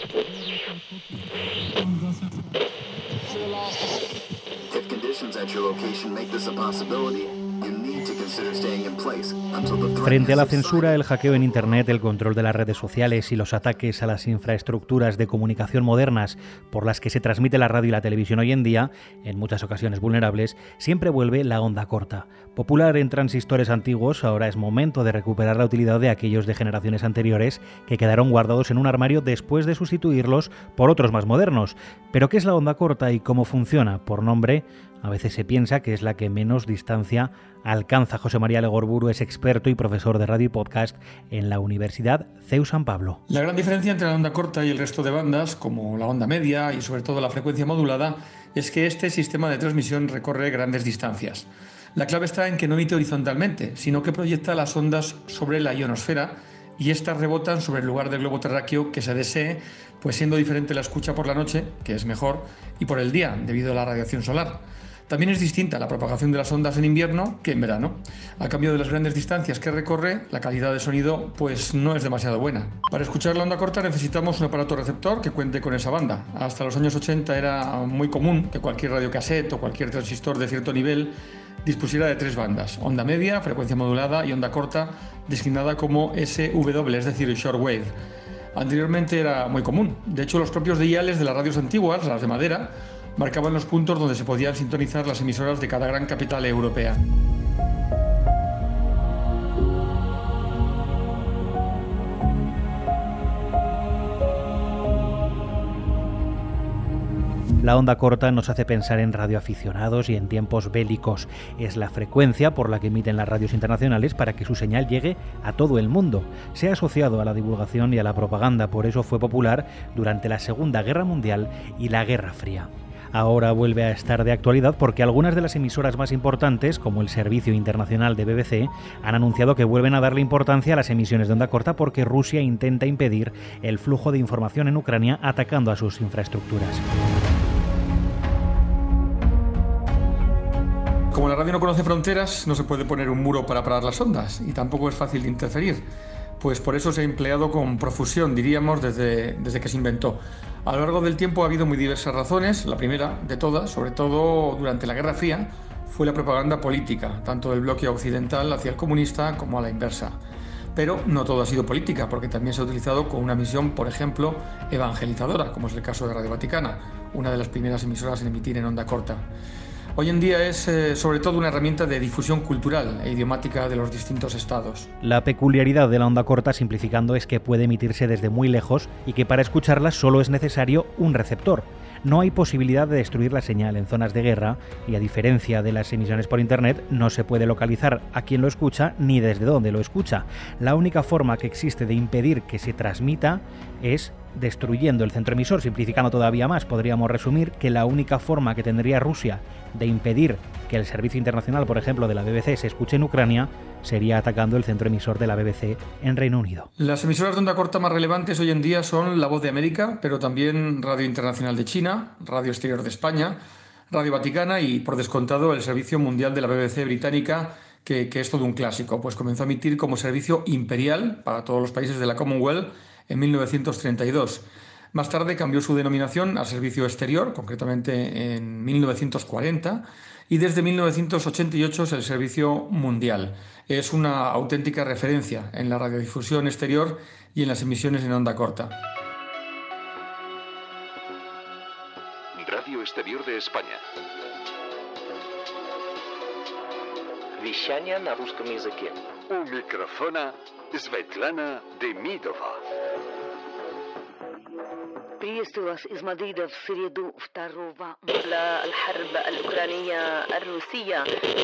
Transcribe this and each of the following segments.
If conditions at your location make this a possibility, you need to consider staying in place until the threat. Frente a la censura, el hackeo en Internet, el control de las redes sociales y los ataques a las infraestructuras de comunicación modernas por las que se transmite la radio y la televisión hoy en día, en muchas ocasiones vulnerables, siempre vuelve la onda corta. Popular en transistores antiguos, ahora es momento de recuperar la utilidad de aquellos de generaciones anteriores que quedaron guardados en un armario después de sustituirlos por otros más modernos. ¿Pero qué es la onda corta y cómo funciona? Por nombre, a veces se piensa que es la que menos distancia alcanza. José María Legorburu es experto y profesor de radio y podcast en la Universidad CEU San Pablo. La gran diferencia entre la onda corta y el resto de bandas, como la onda media y sobre todo la frecuencia modulada, es que este sistema de transmisión recorre grandes distancias. La clave está en que no emite horizontalmente, sino que proyecta las ondas sobre la ionosfera y estas rebotan sobre el lugar del globo terráqueo que se desee, pues siendo diferente la escucha por la noche, que es mejor, y por el día, debido a la radiación solar. También es distinta la propagación de las ondas en invierno que en verano. A cambio de las grandes distancias que recorre, la calidad de sonido pues no es demasiado buena. Para escuchar la onda corta necesitamos un aparato receptor que cuente con esa banda. Hasta los años 80 era muy común que cualquier radiocassette o cualquier transistor de cierto nivel dispusiera de 3 bandas: onda media, frecuencia modulada y onda corta, designada como SW, es decir, shortwave. Anteriormente era muy común. De hecho, los propios diales de las radios antiguas, las de madera, marcaban los puntos donde se podían sintonizar las emisoras de cada gran capital europea. La onda corta nos hace pensar en radioaficionados y en tiempos bélicos. Es la frecuencia por la que emiten las radios internacionales para que su señal llegue a todo el mundo. Se ha asociado a la divulgación y a la propaganda, por eso fue popular durante la Segunda Guerra Mundial y la Guerra Fría. Ahora vuelve a estar de actualidad porque algunas de las emisoras más importantes, como el Servicio Internacional de BBC, han anunciado que vuelven a darle importancia a las emisiones de onda corta porque Rusia intenta impedir el flujo de información en Ucrania atacando a sus infraestructuras. Como la radio no conoce fronteras, no se puede poner un muro para parar las ondas y tampoco es fácil de interferir. Pues por eso se ha empleado con profusión, diríamos, desde que se inventó. A lo largo del tiempo ha habido muy diversas razones. La primera de todas, sobre todo durante la Guerra Fría, fue la propaganda política, tanto del bloque occidental hacia el comunista como a la inversa. Pero no todo ha sido política, porque también se ha utilizado con una misión, por ejemplo, evangelizadora, como es el caso de Radio Vaticana, una de las primeras emisoras en emitir en onda corta. Hoy en día es sobre todo una herramienta de difusión cultural e idiomática de los distintos estados. La peculiaridad de la onda corta, simplificando, es que puede emitirse desde muy lejos y que para escucharla solo es necesario un receptor. No hay posibilidad de destruir la señal en zonas de guerra y, a diferencia de las emisiones por Internet, no se puede localizar a quién lo escucha ni desde dónde lo escucha. La única forma que existe de impedir que se transmita es destruyendo el centro emisor. Simplificando todavía más, podríamos resumir que la única forma que tendría Rusia de impedir que el servicio internacional, por ejemplo, de la BBC se escuche en Ucrania, sería atacando el centro emisor de la BBC en Reino Unido. Las emisoras de onda corta más relevantes hoy en día son La Voz de América, pero también Radio Internacional de China, Radio Exterior de España, Radio Vaticana y, por descontado, el Servicio Mundial de la BBC británica, que es todo un clásico, pues comenzó a emitir como servicio imperial para todos los países de la Commonwealth en 1932. Más tarde cambió su denominación a Servicio Exterior, concretamente en 1940, y desde 1988 es el Servicio Mundial. Es una auténtica referencia en la radiodifusión exterior y en las emisiones en onda corta. Radio Exterior de España. Вещание на русском языке. У микрофона Светлана Демидова. Приветствую вас из Мадрида в среду 2 الحرب الأوكرانية الروسية.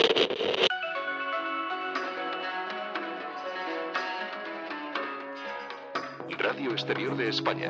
Radio Exterior de España.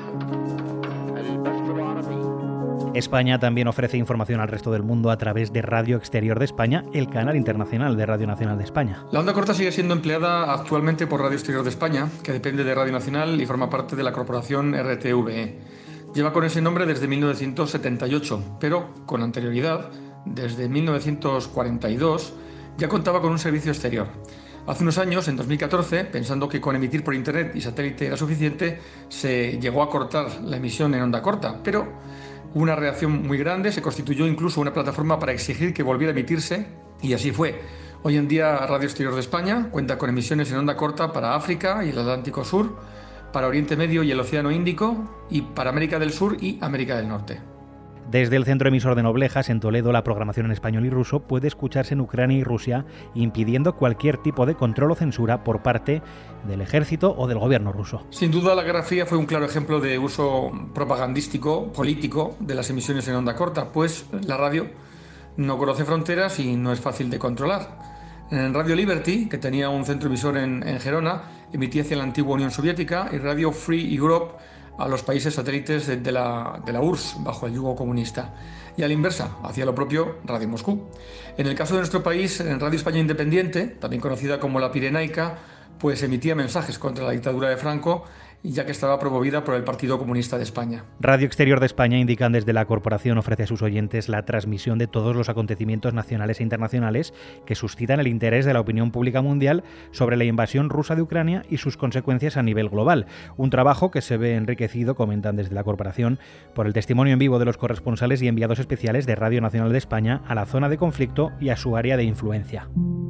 España también ofrece información al resto del mundo a través de Radio Exterior de España, el canal internacional de Radio Nacional de España. La onda corta sigue siendo empleada actualmente por Radio Exterior de España, que depende de Radio Nacional y forma parte de la corporación RTVE. Lleva con ese nombre desde 1978, pero con anterioridad, desde 1942, ya contaba con un servicio exterior. Hace unos años, en 2014, pensando que con emitir por internet y satélite era suficiente, se llegó a cortar la emisión en onda corta, pero hubo una reacción muy grande, se constituyó incluso una plataforma para exigir que volviera a emitirse, y así fue. Hoy en día Radio Exterior de España cuenta con emisiones en onda corta para África y el Atlántico Sur, para Oriente Medio y el Océano Índico, y para América del Sur y América del Norte. Desde el centro emisor de Noblejas, en Toledo, la programación en español y ruso puede escucharse en Ucrania y Rusia, impidiendo cualquier tipo de control o censura por parte del ejército o del gobierno ruso. Sin duda, la Guerra Fría fue un claro ejemplo de uso propagandístico, político, de las emisiones en onda corta, pues la radio no conoce fronteras y no es fácil de controlar. En Radio Liberty, que tenía un centro emisor en Gerona, emitía hacia la antigua Unión Soviética, y Radio Free Europe a los países satélites de la URSS, bajo el yugo comunista. Y a la inversa, hacia lo propio Radio Moscú. En el caso de nuestro país, en Radio España Independiente, también conocida como la Pirenaica, pues emitía mensajes contra la dictadura de Franco, ya que estaba promovida por el Partido Comunista de España. Radio Exterior de España, indican desde la corporación, ofrece a sus oyentes la transmisión de todos los acontecimientos nacionales e internacionales que suscitan el interés de la opinión pública mundial sobre la invasión rusa de Ucrania y sus consecuencias a nivel global. Un trabajo que se ve enriquecido, comentan desde la corporación, por el testimonio en vivo de los corresponsales y enviados especiales de Radio Nacional de España a la zona de conflicto y a su área de influencia.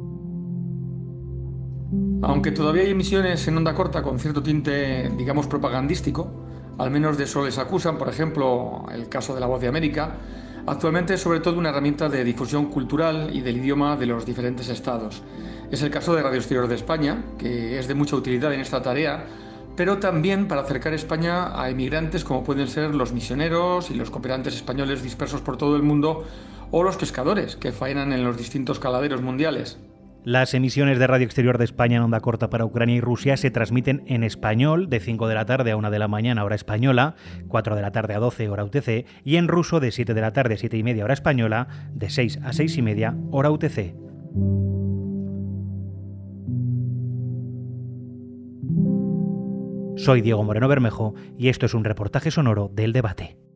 Aunque todavía hay emisiones en onda corta con cierto tinte, digamos, propagandístico, al menos de eso les acusan, por ejemplo, el caso de La Voz de América, actualmente es sobre todo una herramienta de difusión cultural y del idioma de los diferentes estados. Es el caso de Radio Exterior de España, que es de mucha utilidad en esta tarea, pero también para acercar España a emigrantes como pueden ser los misioneros y los cooperantes españoles dispersos por todo el mundo, o los pescadores que faenan en los distintos caladeros mundiales. Las emisiones de Radio Exterior de España en onda corta para Ucrania y Rusia se transmiten en español de 5 de la tarde a 1 de la mañana hora española, 4 de la tarde a 12 hora UTC, y en ruso de 7 de la tarde a 7 y media hora española, de 6 a 6 y media hora UTC. Soy Diego Moreno Bermejo y esto es un reportaje sonoro del debate.